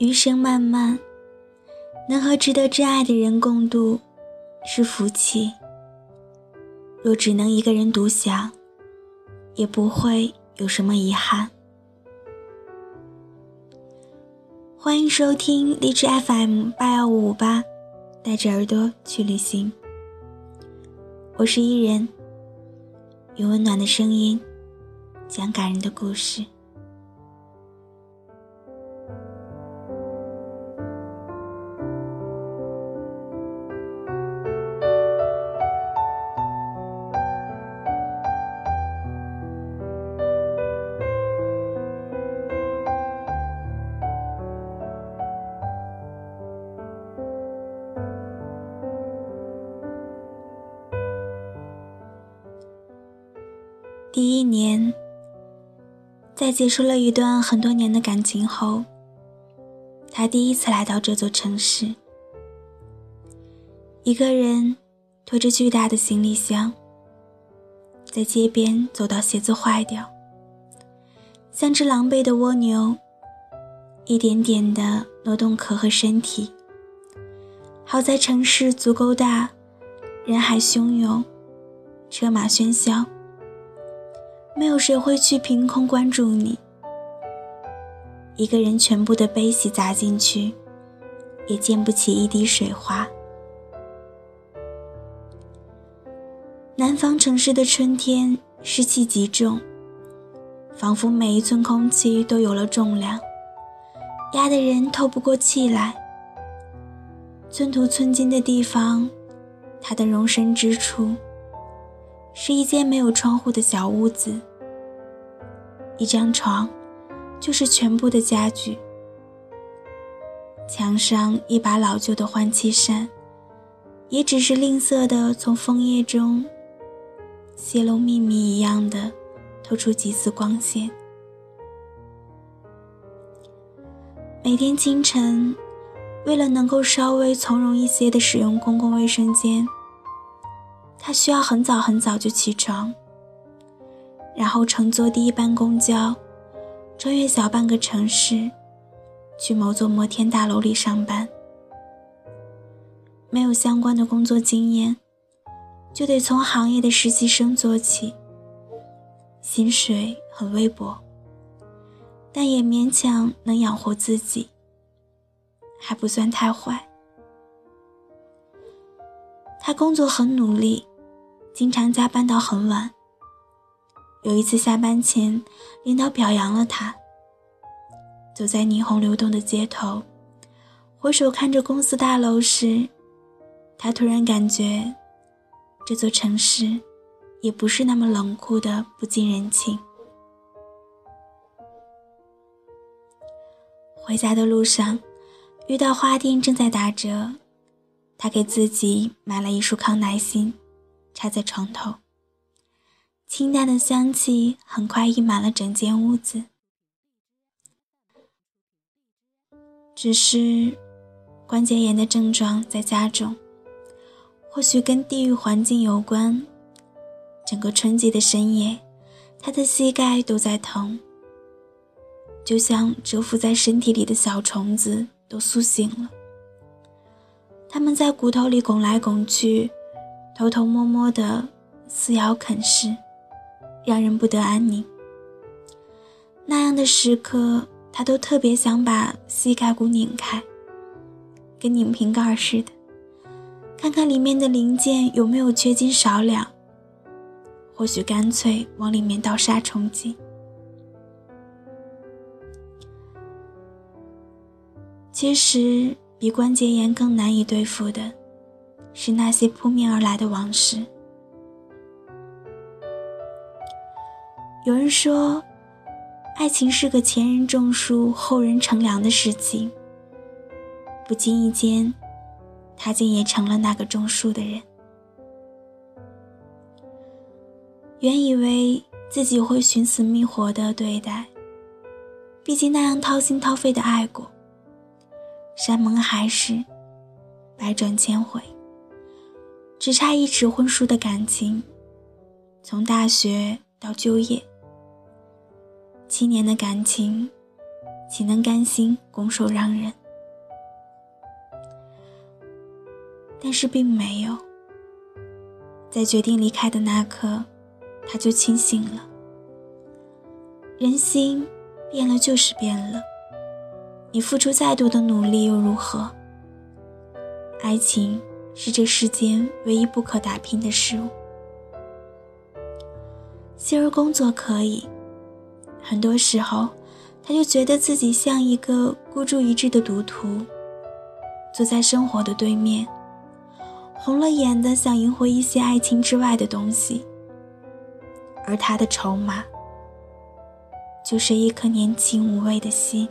余生漫漫，能和值得真爱的人共度是福气，若只能一个人独享，也不会有什么遗憾。欢迎收听荔枝 FM81558，带着耳朵去旅行。我是伊人，用温暖的声音讲感人的故事。第一年，在结束了一段很多年的感情后，他第一次来到这座城市，一个人拖着巨大的行李箱，在街边走到鞋子坏掉，像只狼狈的蜗牛，一点点地挪动壳和身体。好在城市足够大，人海汹涌，车马喧嚣，没有谁会去凭空关注你。一个人全部的悲喜砸进去，也溅不起一滴水花。南方城市的春天湿气极重，仿佛每一寸空气都有了重量，压得人透不过气来。寸土寸金的地方，它的容身之处是一间没有窗户的小屋子，一张床就是全部的家具，墙上一把老旧的换气扇，也只是吝啬地从枫叶中泄露秘密一样的透出几丝光线。每天清晨，为了能够稍微从容一些地使用公共卫生间，他需要很早很早就起床，然后乘坐第一班公交，穿越小半个城市，去某座摩天大楼里上班。没有相关的工作经验，就得从行业的实习生做起，薪水很微薄，但也勉强能养活自己，还不算太坏。他工作很努力，经常加班到很晚。有一次下班前，领导表扬了他。走在霓虹流动的街头，回首看着公司大楼时，他突然感觉这座城市也不是那么冷酷的不近人情。回家的路上，遇到花店正在打折，他给自己买了一束康乃馨，插在床头。清淡的香气很快溢满了整间屋子。只是关节炎的症状在加重，或许跟地域环境有关。整个春季的深夜，他的膝盖都在疼，就像蛰伏在身体里的小虫子都苏醒了。它们在骨头里拱来拱去，偷偷摸摸地撕咬啃噬，让人不得安宁。那样的时刻，他都特别想把膝盖骨拧开，跟拧瓶盖似的，看看里面的零件有没有缺斤少两，或许干脆往里面倒杀虫剂。其实比关节炎更难以对付的是那些扑面而来的往事。有人说，爱情是个前人种树后人乘凉的事情，不经意间，他竟也成了那个种树的人。原以为自己会寻死觅活地对待，毕竟那样掏心掏肺地爱过，山盟海誓，百转千回，只差一纸婚书的感情，从大学到就业，7年的感情， 岂能甘心拱手让人？但是并没有，在决定离开的那刻，他就清醒了。人心变了就是变了，你付出再多的努力又如何？爱情是这世间唯一不可打拼的事物。希儿工作可以，很多时候他就觉得自己像一个孤注一掷的赌徒，坐在生活的对面，红了眼的想赢回一些爱情之外的东西，而他的筹码就是一颗年轻无畏的心。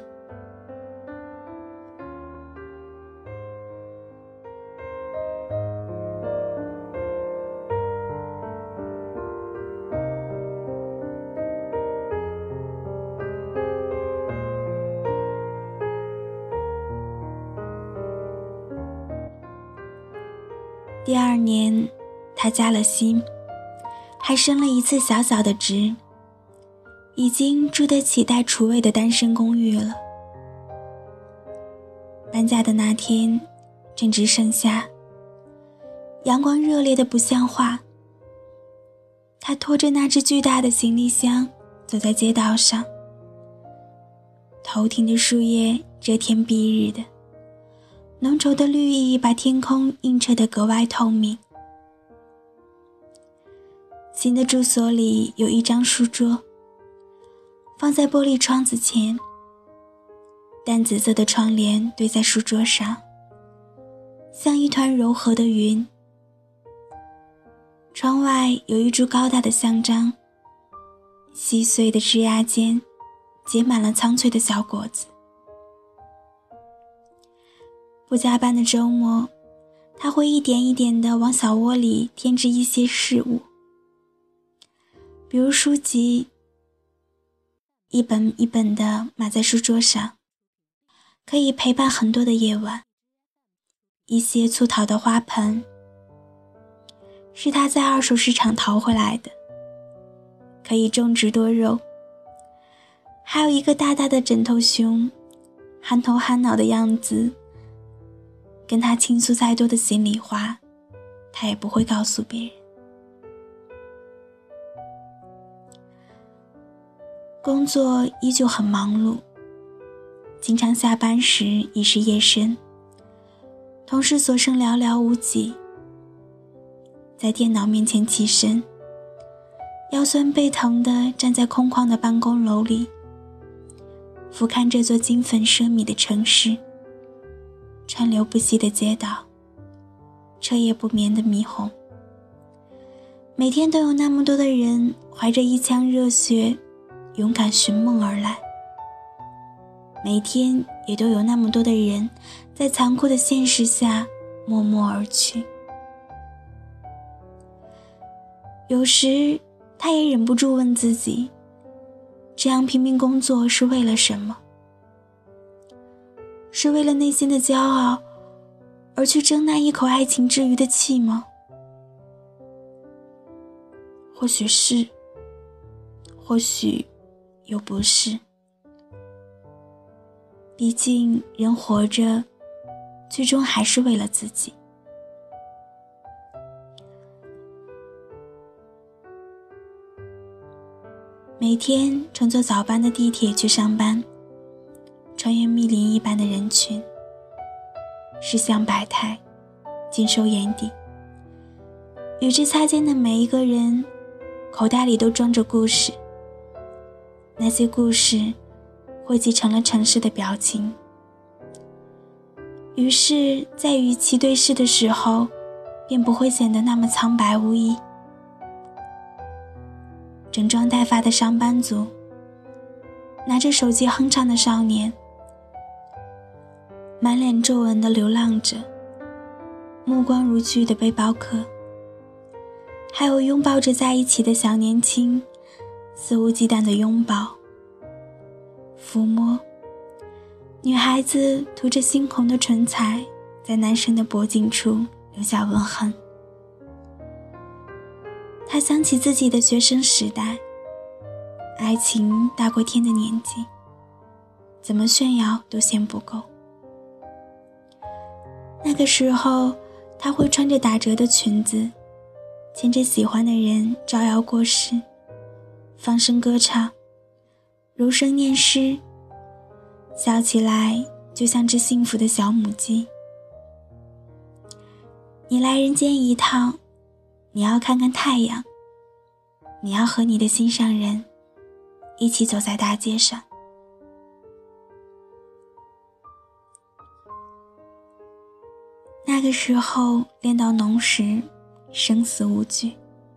第2年，他加了薪，还升了一次小小的职，已经住得起带厨卫的单身公寓了。搬家的那天，正值盛夏，阳光热烈得不像话。他拖着那只巨大的行李箱走在街道上，头顶的树叶遮天蔽日的，浓稠的绿意把天空映衬得格外透明。新的住所里有一张书桌，放在玻璃窗子前，淡紫色的窗帘堆在书桌上，像一团柔和的云。窗外有一株高大的香樟，细碎的枝桠间结满了苍翠的小果子。不加班的周末，他会一点一点地往小窝里添置一些事物，比如书籍，一本一本地码在书桌上，可以陪伴很多的夜晚。一些粗陶的花盆，是他在二手市场淘回来的，可以种植多肉。还有一个大大的枕头熊，憨头憨脑的样子，跟他倾诉再多的心里话，他也不会告诉别人。工作依旧很忙碌，经常下班时已是夜深，同事所剩寥寥无几。在电脑面前起身，腰酸背疼地站在空旷的办公楼里，俯瞰这座金粉奢靡的城市，川流不息的街道，彻夜不眠的霓虹。每天都有那么多的人怀着一腔热血勇敢寻梦而来，每天也都有那么多的人在残酷的现实下默默而去。有时他也忍不住问自己，这样拼命工作是为了什么？是为了内心的骄傲而去争那一口爱情之余的气吗？或许是，或许又不是。毕竟人活着，最终还是为了自己。每天乘坐早班的地铁去上班，穿越密林一般的人群，世相百态，尽收眼底。与之擦肩的每一个人，口袋里都装着故事。那些故事汇集成了城市的表情，于是在与其对视的时候，便不会显得那么苍白无依。整装待发的上班族，拿着手机哼唱的少年，满脸皱纹的流浪者，目光如炬的背包客，还有拥抱着在一起的小年轻，肆无忌惮的拥抱、抚摸。女孩子涂着猩红的唇彩，在男生的脖颈处留下吻痕。他想起自己的学生时代，爱情大过天的年纪， 怎么炫耀都嫌不够。那个时候，她会穿着打折的裙子，牵着喜欢的人招摇过市，放声歌唱，柔声念诗，笑起来就像只幸福的小母鸡。你来人间一趟，你要看看太阳，你要和你的心上人一起走在大街上。那个时候练到浓时，生死无惧，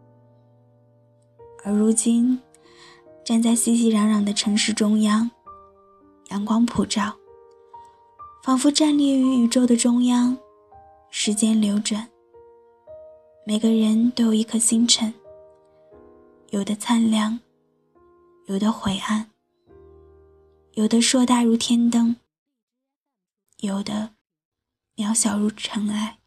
而如今站在熙熙攘攘的城市中央，阳光普照，仿佛站立于宇宙的中央，时间流转，每个人都有一颗星辰，有的灿亮，有的晦暗，有的硕大如天灯，有的渺小如尘埃。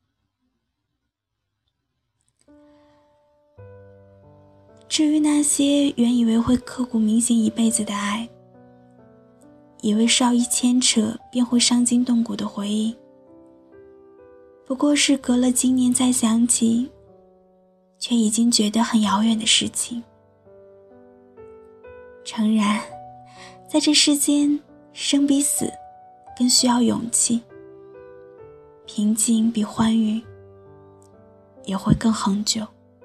至于那些原以为会刻骨铭心一辈子的爱，以为稍一牵扯便会伤筋动骨的回忆，不过是隔了今年再想起，却已经觉得很遥远的事情。诚然，在这世间，生比死更需要勇气，平静比欢愉也会更恒久。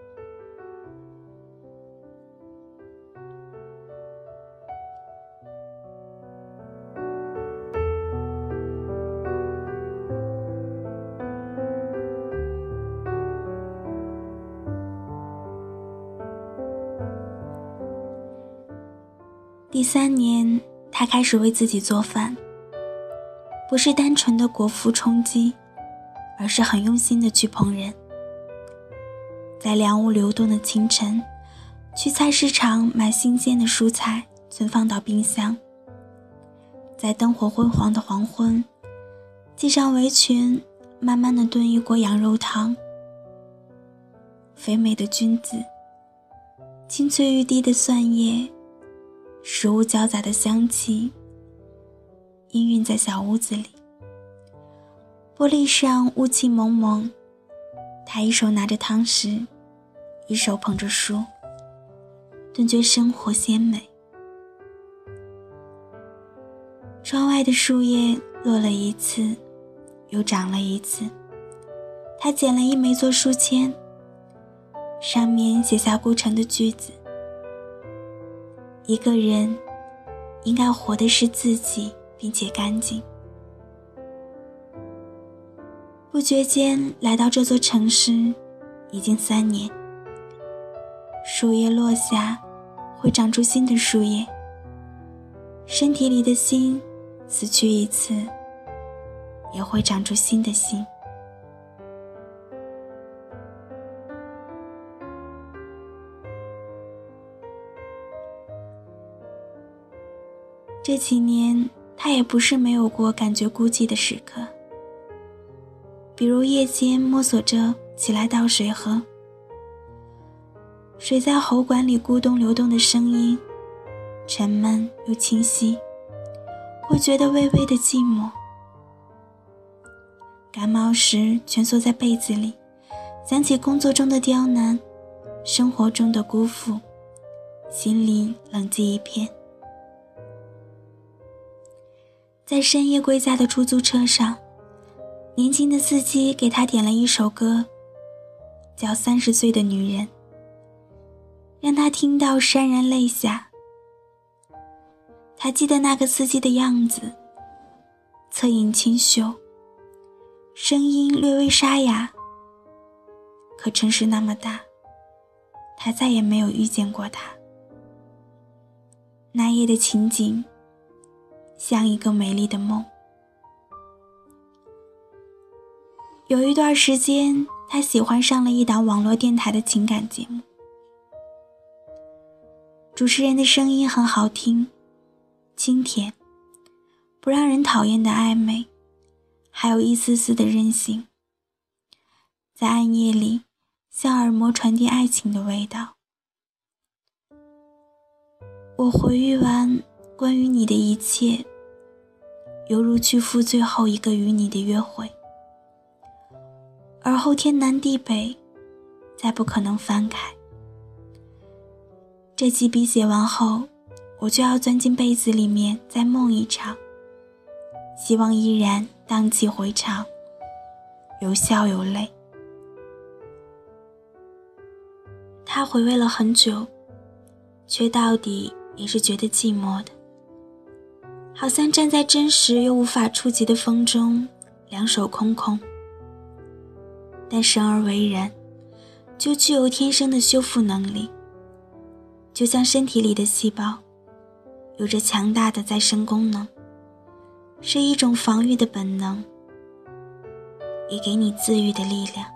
第3年，他开始为自己做饭，不是单纯的果腹充饥，而是很用心的去烹饪。在粮物流动的清晨，去菜市场买新鲜的蔬菜，存放到冰箱。在灯火昏黄的黄昏，系上围裙，慢慢地炖一锅羊肉汤。肥美的菌子，清脆欲滴的蒜叶，食物交杂的香气氤氲在小屋子里。玻璃上雾气蒙蒙，他一手拿着汤匙，一手捧着书，顿觉生活鲜美。窗外的树叶落了一次，又长了一次。他捡了一枚做书签，上面写下顾城的句子：一个人应该活的是自己，并且干净。不觉间来到这座城市已经3年，树叶落下，会长出新的树叶，身体里的心死去一次，也会长出新的心。这几年，他也不是没有过感觉孤寂的时刻，比如夜间摸索着起来倒水喝，水在喉管里咕咚流动的声音，沉闷又清晰，会觉得微微的寂寞。感冒时蜷缩在被子里，想起工作中的刁难，生活中的辜负，心里冷寂一片。在深夜归家的出租车上，年轻的司机给他点了一首歌，叫《30岁的女人》，让他听到潸然泪下。他记得那个司机的样子，侧影清秀，声音略微沙哑。可城市那么大，他再也没有遇见过他。那夜的情景像一个美丽的梦。有一段时间，他喜欢上了一档网络电台的情感节目，主持人的声音很好听，清甜，不让人讨厌的暧昧，还有一丝丝的任性，在暗夜里向耳膜传递爱情的味道。我回忆完关于你的一切， 犹如去赴最后一个与你的约会，而后天南地北，再不可能翻开。这几笔写完后，我就要钻进被子里面再梦一场，希望依然荡气回肠，有笑有泪。他回味了很久，却到底也是觉得寂寞的，好像站在真实又无法触及的风中，两手空空。但生而为人，就具有天生的修复能力，就像身体里的细胞，有着强大的再生功能，是一种防御的本能，也给你自愈的力量。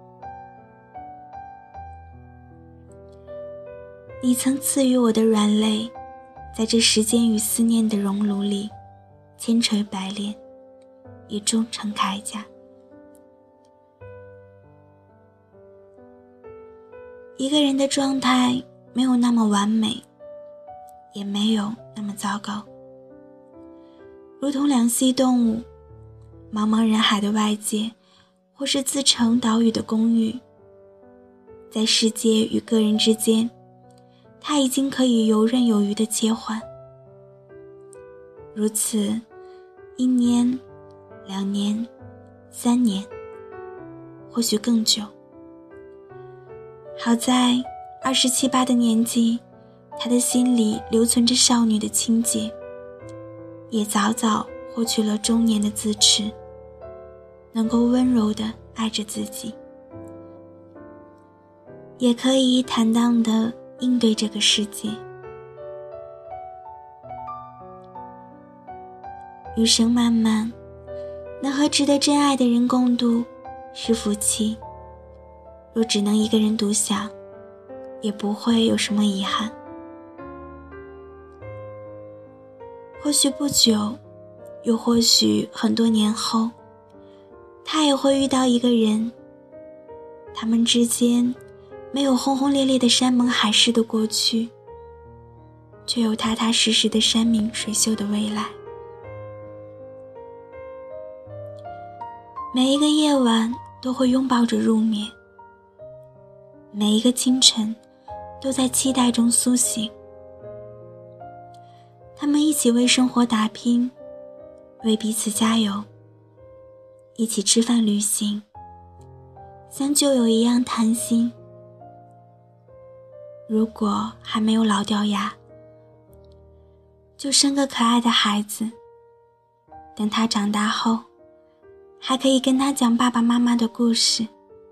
你曾赐予我的软肋，在这时间与思念的熔炉里，千锤百炼，也终成铠甲。一个人的状态没有那么完美，也没有那么糟糕，如同两栖动物，茫茫人海的外界，或是自成岛屿的公寓，在世界与个人之间，它已经可以游刃有余地切换。如此，1年、2年、3年，或许更久。好在27、8的年纪，他的心里留存着少女的清洁，也早早获取了中年的自持，能够温柔地爱着自己，也可以坦荡地应对这个世界。余生漫漫，能和值得真爱的人共度是福气，若只能一个人独享，也不会有什么遗憾。或许不久，又或许很多年后，他也会遇到一个人，他们之间没有轰轰烈烈的山盟海誓的过去，却有踏踏实实的山明水秀的未来。每一个夜晚都会拥抱着入眠，每一个清晨都在期待中苏醒。他们一起为生活打拼，为彼此加油，一起吃饭旅行，像旧友一样谈心。如果还没有老掉牙，就生个可爱的孩子，等他长大后，还可以跟他讲爸爸妈妈的故事。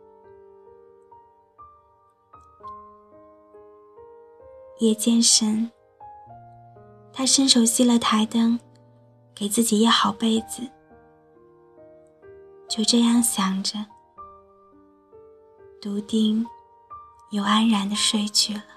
夜渐深，他伸手熄了台灯，给自己掖好被子，就这样想着，笃定又安然地睡去了。